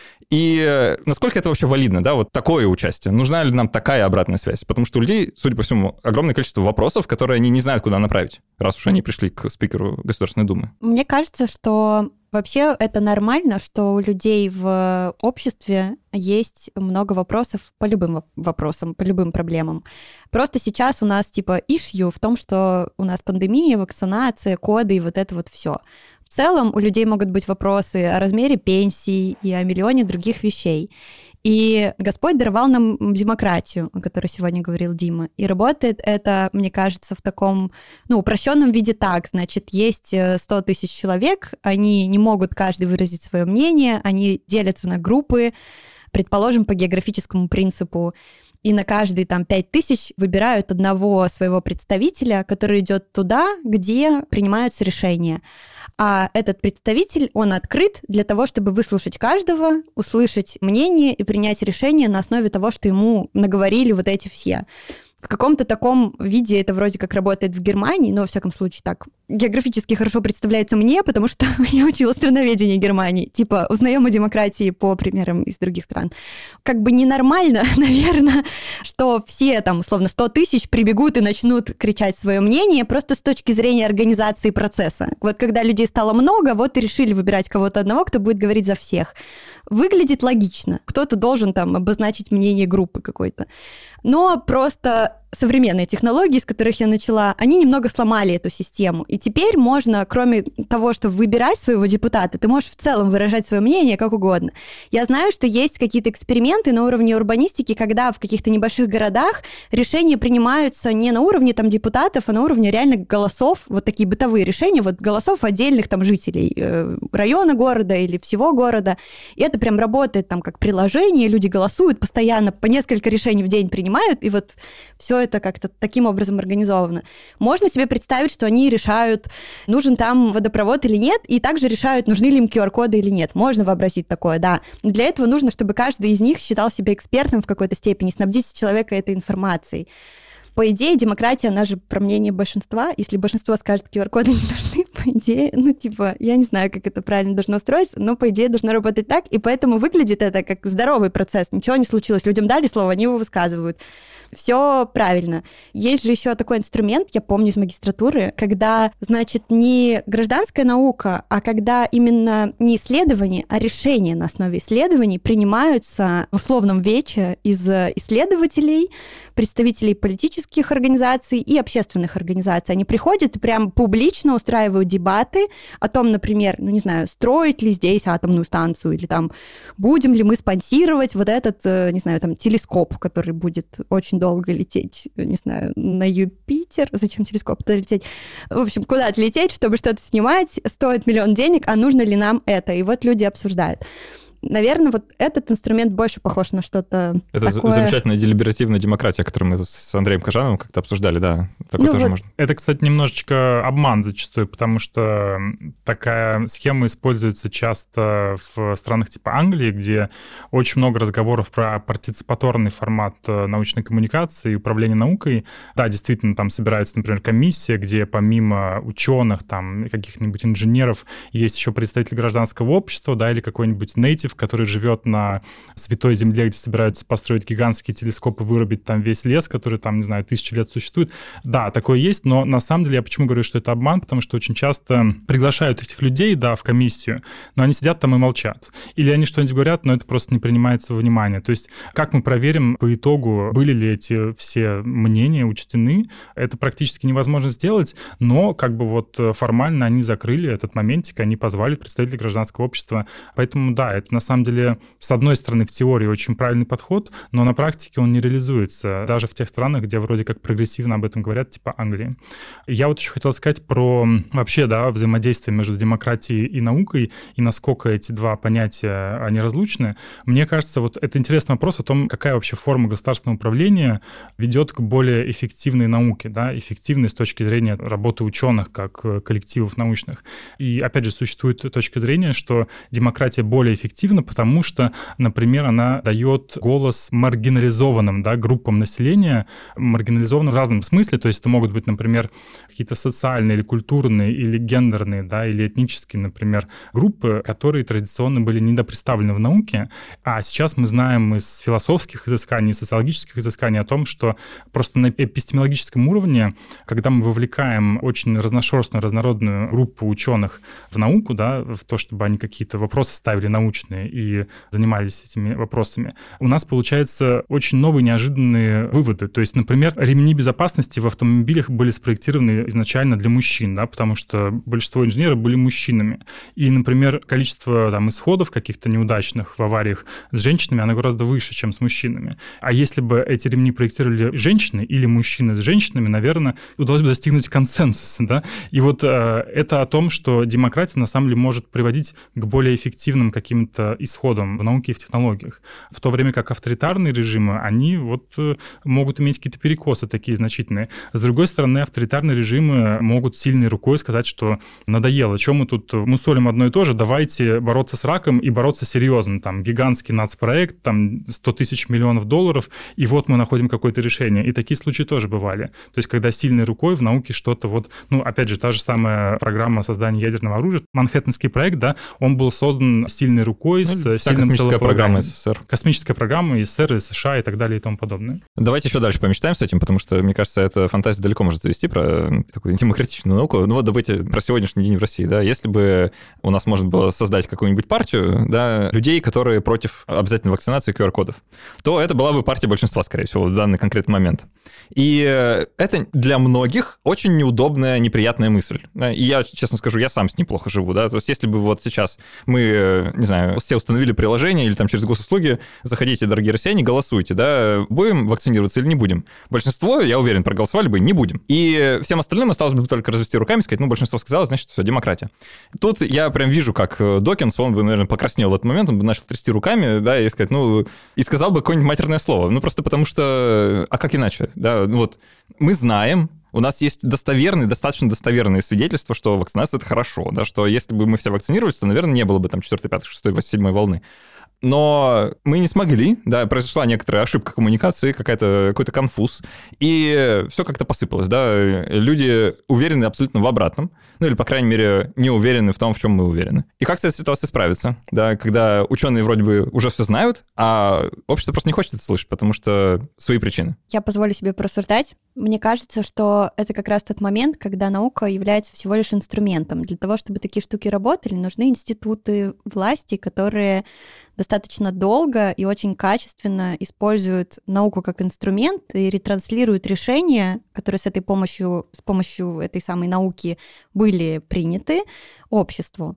A: И насколько это вообще валидно, да, вот такое участие? Нужна ли нам такая обратная связь? Потому что у людей, судя по всему, огромное количество вопросов, которые они не знают, куда направить, раз уж они пришли к спикеру Государственной Думы.
B: Мне кажется, что вообще это нормально, что у людей в обществе есть много вопросов по любым вопросам, по любым проблемам. Просто сейчас у нас типа issue в том, что у нас пандемия, вакцинация, коды и вот это вот все. В целом у людей могут быть вопросы о размере пенсий и о миллионе других вещей. И Господь даровал нам демократию, о которой сегодня говорил Дима. И работает это, мне кажется, в таком, упрощенном виде так. Значит, есть 100 тысяч человек, они не могут каждый выразить свое мнение, они делятся на группы, предположим, по географическому принципу. И на каждые 5 тысяч выбирают одного своего представителя, который идет туда, где принимаются решения. А этот представитель, он открыт для того, чтобы выслушать каждого, услышать мнение и принять решение на основе того, что ему наговорили вот эти все. В каком-то таком виде это вроде как работает в Германии, но, во всяком случае, так географически хорошо представляется мне, потому что я учила страноведение Германии. Типа, узнаем о демократии по примерам из других стран. Как бы ненормально, наверное, что все там, условно, 100 тысяч прибегут и начнут кричать свое мнение просто с точки зрения организации процесса. Вот когда людей стало много, вот и решили выбирать кого-то одного, кто будет говорить за всех. Выглядит логично. Кто-то должен там обозначить мнение группы какой-то. Но просто современные технологии, с которых я начала, они немного сломали эту систему. И теперь можно, кроме того, чтобы выбирать своего депутата, ты можешь в целом выражать свое мнение как угодно. Я знаю, что есть какие-то эксперименты на уровне урбанистики, когда в каких-то небольших городах решения принимаются не на уровне там депутатов, а на уровне реально голосов, вот такие бытовые решения, вот голосов отдельных там жителей района города или всего города. И это прям работает там как приложение, люди голосуют постоянно, по несколько решений в день принимают, и вот все это как-то таким образом организовано. Можно себе представить, что они решают, нужен там водопровод или нет, и также решают, нужны ли им QR-коды или нет. Можно вообразить такое, да. Но для этого нужно, чтобы каждый из них считал себя экспертом в какой-то степени, снабдить человека этой информацией. По идее, демократия, она же про мнение большинства. Если большинство скажет, QR-коды не нужны, по идее, я не знаю, как это правильно должно устроиться, но, по идее, должно работать так, и поэтому выглядит это как здоровый процесс. Ничего не случилось. Людям дали слово, они его высказывают. Все правильно. Есть же еще такой инструмент, я помню из магистратуры, когда, значит, не гражданская наука, а когда именно не исследования, а решения на основе исследований принимаются в условном вече из исследователей, представителей политических организаций и общественных организаций. Они приходят и прям публично устраивают дебаты о том, например, строить ли здесь атомную станцию, или там, будем ли мы спонсировать вот этот, телескоп, который будет очень долго лететь, на Юпитер. Зачем телескоп-то лететь? В общем, куда-то лететь, чтобы что-то снимать, стоит миллион денег, а нужно ли нам это? И вот люди обсуждают. Наверное, вот этот инструмент больше похож на что-то
A: это
B: такое...
A: замечательная делиберативная демократия, которую мы с Андреем Кожановым как-то обсуждали, да. Такое тоже можно.
C: Это, кстати, немножечко обман зачастую, потому что такая схема используется часто в странах типа Англии, где очень много разговоров про партиципаторный формат научной коммуникации и управления наукой. Да, действительно, там собирается, например, комиссия, где помимо ученых, там, каких-нибудь инженеров, есть еще представитель гражданского общества, да, или какой-нибудь native, который живет на святой земле, где собираются построить гигантские телескопы, вырубить там весь лес, который там, 1000 лет существует. Да, такое есть, но на самом деле я почему говорю, что это обман, потому что очень часто приглашают этих людей, да, в комиссию, но они сидят там и молчат. Или они что-нибудь говорят, но это просто не принимается во внимание. То есть как мы проверим по итогу, были ли эти все мнения учтены? Это практически невозможно сделать, но формально они закрыли этот моментик, они позвали представителей гражданского общества. Поэтому да, это на самом деле, с одной стороны, в теории очень правильный подход, но на практике он не реализуется, даже в тех странах, где вроде как прогрессивно об этом говорят, типа Англии. Я вот еще хотел сказать про вообще, да, взаимодействие между демократией и наукой, и насколько эти два понятия, они разлучны. Мне кажется, вот это интересный вопрос о том, какая вообще форма государственного управления ведет к более эффективной науке, да, эффективной с точки зрения работы ученых как коллективов научных. И, опять же, существует точка зрения, что демократия более эффективна, потому что, например, она дает голос маргинализованным, да, группам населения, маргинализованным в разном смысле, то есть это могут быть, например, какие-то социальные или культурные, или гендерные, да, или этнические, например, группы, которые традиционно были недопредставлены в науке, а сейчас мы знаем из философских изысканий, социологических изысканий о том, что просто на эпистемологическом уровне, когда мы вовлекаем очень разношерстную, разнородную группу ученых в науку, да, в то, чтобы они какие-то вопросы ставили научные и занимались этими вопросами, у нас получаются очень новые, неожиданные выводы. То есть, например, ремни безопасности в автомобилях были спроектированы изначально для мужчин, да, потому что большинство инженеров были мужчинами. И, например, количество там исходов каких-то неудачных в авариях с женщинами, оно гораздо выше, чем с мужчинами. А если бы эти ремни проектировали женщины или мужчины с женщинами, наверное, удалось бы достигнуть консенсуса, да. И вот это о том, что демократия, на самом деле, может приводить к более эффективным каким-то исходам в науке и в технологиях. В то время как авторитарные режимы, они вот могут иметь какие-то перекосы такие значительные. С другой стороны, авторитарные режимы могут сильной рукой сказать, что надоело, чем мы тут мусолим одно и то же, давайте бороться с раком и бороться серьезно. Там гигантский нацпроект, там 100 тысяч миллионов долларов, и вот мы находим какое-то решение. И такие случаи тоже бывали. То есть когда сильной рукой в науке что-то вот, опять же, та же самая программа создания ядерного оружия, Манхэттенский проект, да, он был создан сильной рукой дорогой, с
A: вся
C: сильным
A: космическая программа
C: целеполаганием.
A: СССР.
C: Космическая программа СССР, США и так далее и тому подобное.
A: Давайте еще дальше помечтаем с этим, потому что, мне кажется, эта фантазия далеко может завести про такую демократичную науку. Ну вот давайте про сегодняшний день в России, да. Если бы у нас можно было создать какую-нибудь партию, да, людей, которые против обязательной вакцинации QR-кодов, то это была бы партия большинства, скорее всего, в данный конкретный момент. И это для многих очень неудобная, неприятная мысль. И я, честно скажу, я сам с ней плохо живу, да. То есть если бы вот сейчас мы, не знаю, все установили приложение или там через госуслуги, заходите, дорогие россияне, голосуйте, да, будем вакцинироваться или не будем. Большинство, я уверен, проголосовали бы, не будем. И всем остальным осталось бы только развести руками и сказать, ну, большинство сказало, значит, все, демократия. Тут я прям вижу, как Докинс, он бы, наверное, покраснел в этот момент, он бы начал трясти руками, да, и сказать, ну, и сказал бы какое-нибудь матерное слово. Ну, просто потому что, а как иначе, да, ну вот, мы знаем, у нас есть достаточно достоверные свидетельства, что вакцинация — это хорошо, да, что если бы мы все вакцинировались, то, наверное, не было бы там 4, 5, 6, 7 волны. Но мы не смогли, да, произошла некоторая ошибка коммуникации, какой-то конфуз, и все как-то посыпалось, да, люди уверены абсолютно в обратном, ну или, по крайней мере, не уверены в том, в чем мы уверены. И как с этой ситуацией справиться, да, когда ученые вроде бы уже все знают, а общество просто не хочет это слышать, потому что свои причины.
B: Я позволю себе порассуждать. Мне кажется, что это как раз тот момент, когда наука является всего лишь инструментом. Для того, чтобы такие штуки работали, нужны институты власти, которые достаточно долго и очень качественно используют науку как инструмент и ретранслируют решения, которые с помощью этой самой науки были приняты обществу.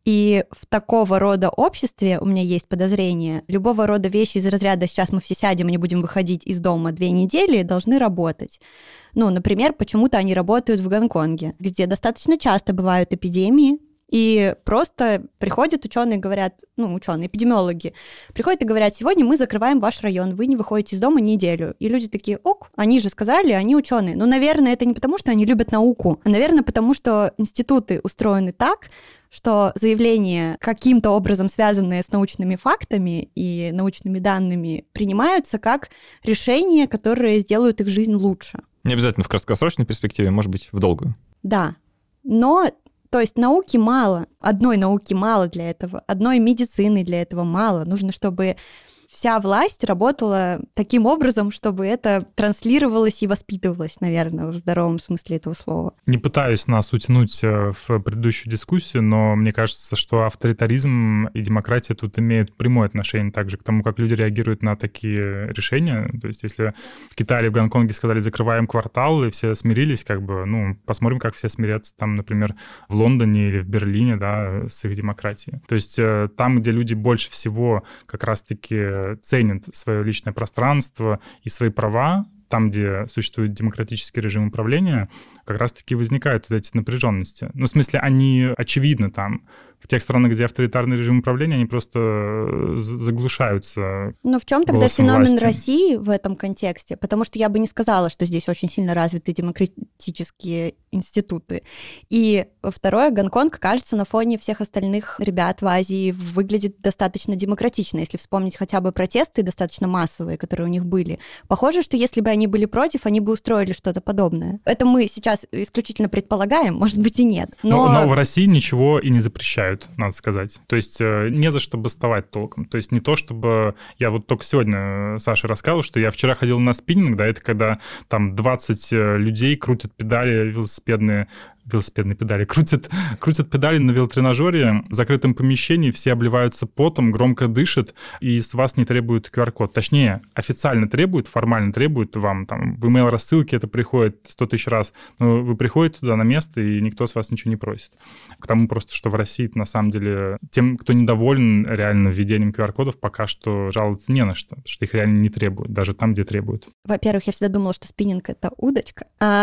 B: И в такого рода обществе, у меня есть подозрение, любого рода вещи из разряда «сейчас мы все сядем и не будем выходить из дома 2 недели» должны работать. Ну, например, почему-то они работают в Гонконге, где достаточно часто бывают эпидемии, и просто приходят ученые, говорят, эпидемиологи, приходят и говорят, сегодня мы закрываем ваш район, вы не выходите из дома неделю. И люди такие, ок, они же сказали, они ученые. Ну, наверное, это не потому, что они любят науку, а, наверное, потому что институты устроены так, что заявления, каким-то образом связанные с научными фактами и научными данными, принимаются как решения, которые сделают их жизнь лучше.
A: Не обязательно в краткосрочной перспективе, может быть, в долгую.
B: Да, но... То есть науки мало, одной науки мало для этого, одной медицины для этого мало. Нужно, чтобы вся власть работала таким образом, чтобы это транслировалось и воспитывалось, наверное, в здоровом смысле этого слова.
C: Не пытаюсь нас утянуть в предыдущую дискуссию, но мне кажется, что авторитаризм и демократия тут имеют прямое отношение также к тому, как люди реагируют на такие решения. То есть если в Китае или в Гонконге сказали «закрываем квартал», и все смирились, посмотрим, как все смирятся там, например, в Лондоне или в Берлине, да, с их демократией. То есть там, где люди больше всего как раз-таки ценят свое личное пространство и свои права, там, где существует демократический режим управления, как раз-таки возникают эти напряженности. Ну, в смысле, они очевидны там. В тех странах, где авторитарный режим управления, они просто заглушаются.
B: Но в чем тогда феномен России в этом контексте? Потому что я бы не сказала, что здесь очень сильно развиты демократические институты. И второе, Гонконг, кажется, на фоне всех остальных ребят в Азии выглядит достаточно демократично. Если вспомнить хотя бы протесты достаточно массовые, которые у них были. Похоже, что если бы они были против, они бы устроили что-то подобное. Это мы сейчас исключительно предполагаем, может быть и нет.
C: Но в России ничего и не запрещают, надо сказать. То есть не за что бастовать толком. То есть не то, чтобы... Я вот только сегодня Саше рассказывал, что я вчера ходил на спиннинг, да, это когда там 20 людей крутят педали велосипедные педали, крутят педали на велотренажере в закрытом помещении, все обливаются потом, громко дышат, и с вас не требуют QR-код. Точнее, официально требуют, формально требуют вам, там, в email-рассылке это приходит 100 тысяч раз, но вы приходите туда на место, и никто с вас ничего не просит. К тому просто, что в России на самом деле тем, кто недоволен реально введением QR-кодов, пока что жаловаться не на что, потому что их реально не требуют, даже там, где требуют.
B: Во-первых, я всегда думала, что спиннинг — это удочка.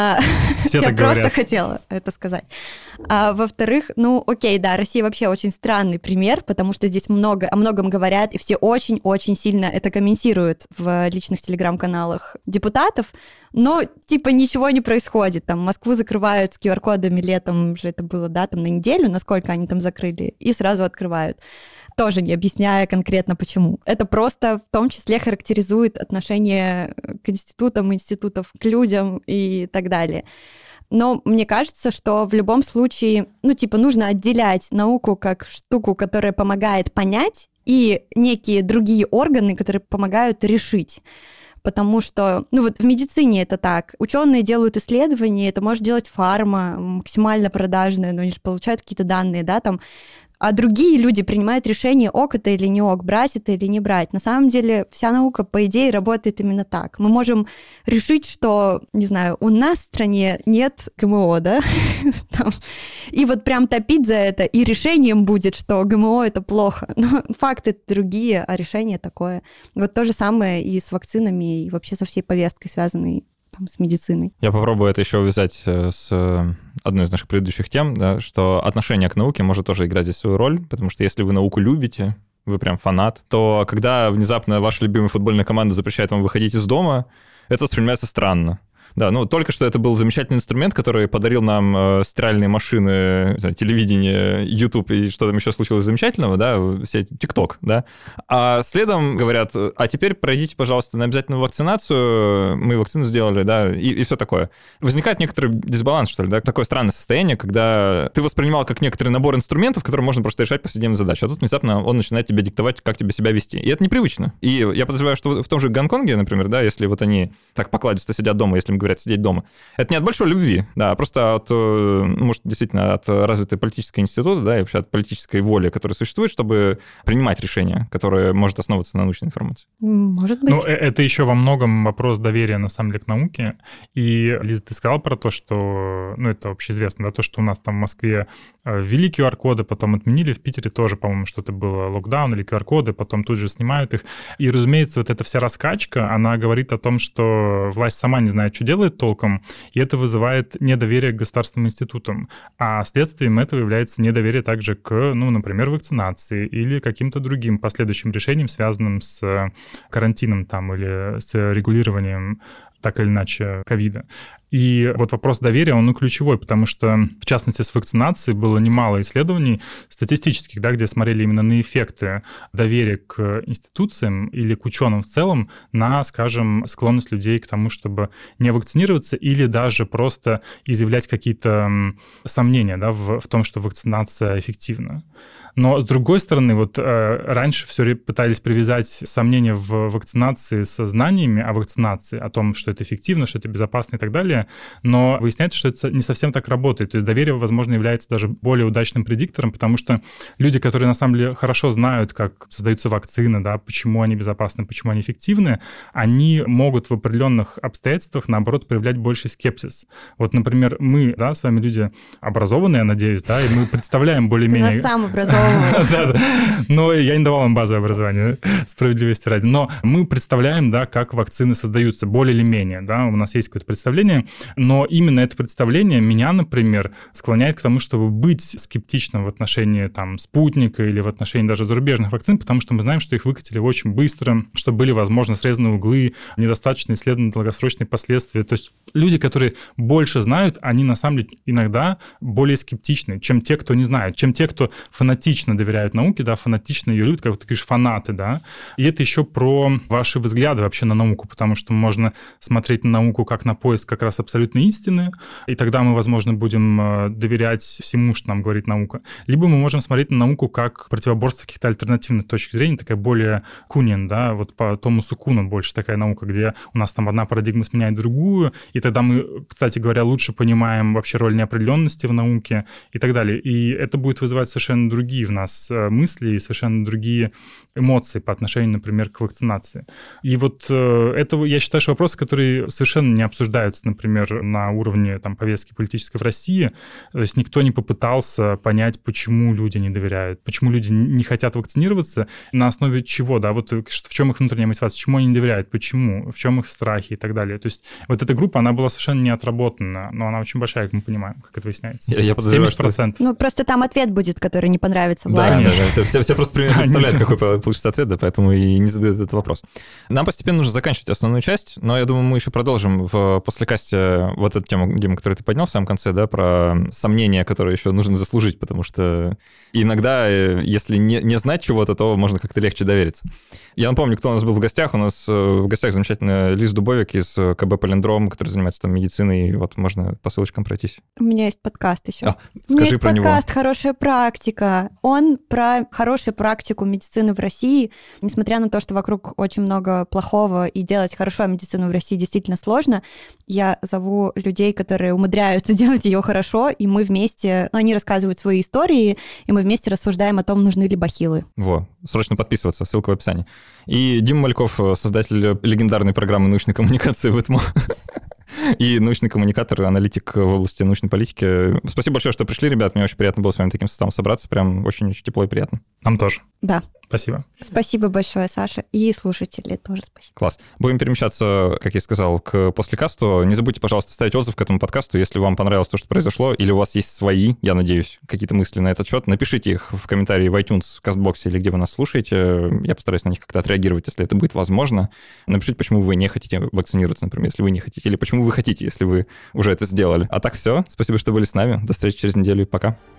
C: Все так говорят.
B: Я просто хотела это сказать. А во-вторых, окей, да, Россия вообще очень странный пример, потому что здесь о многом говорят, и все очень-очень сильно это комментируют в личных телеграм-каналах депутатов, но ничего не происходит. Там Москву закрывают с QR-кодами летом, же это было, да, там на неделю, насколько они там закрыли, и сразу открывают. Тоже не объясняя конкретно почему. Это просто в том числе характеризует отношение к институтам, институтов к людям и так далее. Но мне кажется, что в любом случае, нужно отделять науку как штуку, которая помогает понять, и некие другие органы, которые помогают решить. Потому что, в медицине это так. Ученые делают исследования, это может делать фарма, максимально продажная, но они же получают какие-то данные, да, там. А другие люди принимают решение, ок это или не ок, брать это или не брать. На самом деле вся наука, по идее, работает именно так. Мы можем решить, что, не знаю, у нас в стране нет ГМО, да? И вот прям топить за это, и решением будет, что ГМО — это плохо. Но факты другие, а решение такое. Вот то же самое и с вакцинами, и вообще со всей повесткой, связанной с медициной.
A: Я попробую это еще увязать с одной из наших предыдущих тем, да, что отношение к науке может тоже играть здесь свою роль, потому что если вы науку любите, вы прям фанат, то когда внезапно ваша любимая футбольная команда запрещает вам выходить из дома, это воспринимается странно. Да, только что это был замечательный инструмент, который подарил нам стиральные машины, не знаю, телевидение, YouTube и что там еще случилось замечательного, да, все эти TikTok, да. А следом говорят, а теперь пройдите, пожалуйста, на обязательную вакцинацию, мы вакцину сделали, да, и все такое. Возникает некоторый дисбаланс, что ли, да, такое странное состояние, когда ты воспринимал как некоторый набор инструментов, которые можно просто решать повседневные задачи, а тут внезапно он начинает тебе диктовать, как тебе себя вести. И это непривычно. И я подозреваю, что в том же Гонконге, например, да, если вот они так покладисто сидят дома, если мы говорят сидеть дома. Это не от большой любви, да, а просто от, может, действительно, от развитой политической института, да, и вообще от политической воли, которая существует, чтобы принимать решения, которые может основываться на научной информации.
B: Может быть.
C: Это еще во многом вопрос доверия, на самом деле, к науке. И, Лиза, ты сказала про то, что, это общеизвестно, да, то, что у нас там в Москве ввели QR-коды, потом отменили, в Питере тоже, по-моему, что-то было локдаун или QR-коды, потом тут же снимают их. И, разумеется, вот эта вся раскачка, она говорит о том, что власть сама не знает, что делает толком, и это вызывает недоверие к государственным институтам. А следствием этого является недоверие также к, например, вакцинации или каким-то другим последующим решениям, связанным с карантином там или с регулированием так или иначе ковида. И вот вопрос доверия, он ключевой, потому что, в частности, с вакцинацией было немало исследований статистических, да, где смотрели именно на эффекты доверия к институциям или к ученым в целом на, скажем, склонность людей к тому, чтобы не вакцинироваться или даже просто изъявлять какие-то сомнения, да, в том, что вакцинация эффективна. Но, с другой стороны, вот раньше все пытались привязать сомнения в вакцинации со знаниями о вакцинации, о том, что это эффективно, что это безопасно и так далее, но выясняется, что это не совсем так работает. То есть доверие, возможно, является даже более удачным предиктором, потому что люди, которые на самом деле хорошо знают, как создаются вакцины, да, почему они безопасны, почему они эффективны, они могут в определенных обстоятельствах, наоборот, проявлять больший скепсис. Вот, например, мы, да, с вами люди образованные, я надеюсь, да, и мы представляем более-менее...
B: Ты нас сам образован.
C: Да. Но я не давал вам базовое образование, справедливости ради. Но мы представляем, да, как вакцины создаются, более или менее, да, у нас есть какое-то представление, но именно это представление меня, например, склоняет к тому, чтобы быть скептичным в отношении там спутника или в отношении даже зарубежных вакцин, потому что мы знаем, что их выкатили очень быстро, что были, возможно, срезаны углы, недостаточно исследованы долгосрочные последствия. То есть люди, которые больше знают, они на самом деле иногда более скептичны, чем те, кто не знает, чем те, кто фанатично доверяют науке, да, фанатично ее любят, как ты говоришь, фанаты, да. И это еще про ваши взгляды вообще на науку, потому что можно смотреть на науку как на поиск как раз абсолютной истины, и тогда мы, возможно, будем доверять всему, что нам говорит наука. Либо мы можем смотреть на науку как противоборство каких-то альтернативных точек зрения, такая более Кунин, да, вот по Томасу Куну больше такая наука, где у нас там одна парадигма сменяет другую, и тогда мы, кстати говоря, лучше понимаем вообще роль неопределенности в науке и так далее. И это будет вызывать совершенно другие в нас мысли и совершенно другие эмоции по отношению, например, к вакцинации. И вот это, я считаю, что вопросы, которые совершенно не обсуждаются, например, на уровне там, повестки политической в России. То есть никто не попытался понять, почему люди не доверяют, почему люди не хотят вакцинироваться, на основе чего, да, вот в чем их внутренняя мотивация, почему они не доверяют, почему, в чем их страхи и так далее. То есть вот эта группа, она была совершенно не отработана, но она очень большая, как мы понимаем, как это выясняется.
A: Я
C: 70%.
B: Ну, просто там ответ будет, который не понравится
A: власти.
B: Да,
A: все просто примерно представляют, какой получится ответ, да, поэтому и не задают этот вопрос. Нам постепенно нужно заканчивать основную часть, но я думаю, мы еще продолжим в послекасте вот эту тему, Дима, которую ты поднял в самом конце, да, про сомнения, которые еще нужно заслужить, потому что иногда, если не знать чего-то, то можно как-то легче довериться. Я напомню, кто у нас был в гостях. У нас в гостях замечательная Лиза Дубовик из КБ «Полиндром», который занимается там медициной. Вот можно по ссылочкам пройтись.
B: У меня есть подкаст еще.
A: Скажи про него. У меня есть
B: подкаст «Хорошая практика». Он про хорошую практику медицины в России. Несмотря на то, что вокруг очень много плохого, и делать хорошую медицину в России действительно сложно, я зову людей, которые умудряются делать ее хорошо, и мы вместе, они рассказывают свои истории, и мы вместе рассуждаем о том, нужны ли бахилы.
A: Срочно подписываться, ссылка в описании. И Дима Мальков, создатель легендарной программы научной коммуникации в ЭТМО. И научный коммуникатор, аналитик в области научной политики. Спасибо большое, что пришли, ребят. Мне очень приятно было с вами таким составом собраться. Прям очень-очень тепло и приятно.
C: Нам тоже.
B: Да.
C: Спасибо.
B: Спасибо большое, Саша. И слушатели тоже спасибо.
A: Класс. Будем перемещаться, как я сказал, к послекасту. Не забудьте, пожалуйста, ставить отзыв к этому подкасту, если вам понравилось то, что произошло, или у вас есть свои, я надеюсь, какие-то мысли на этот счет. Напишите их в комментарии в iTunes, в Кастбоксе или где вы нас слушаете. Я постараюсь на них как-то отреагировать, если это будет возможно. Напишите, почему вы не хотите вакцинироваться, например, если вы не хотите, или почему вы хотите, если вы уже это сделали. А так все. Спасибо, что были с нами. До встречи через неделю. Пока.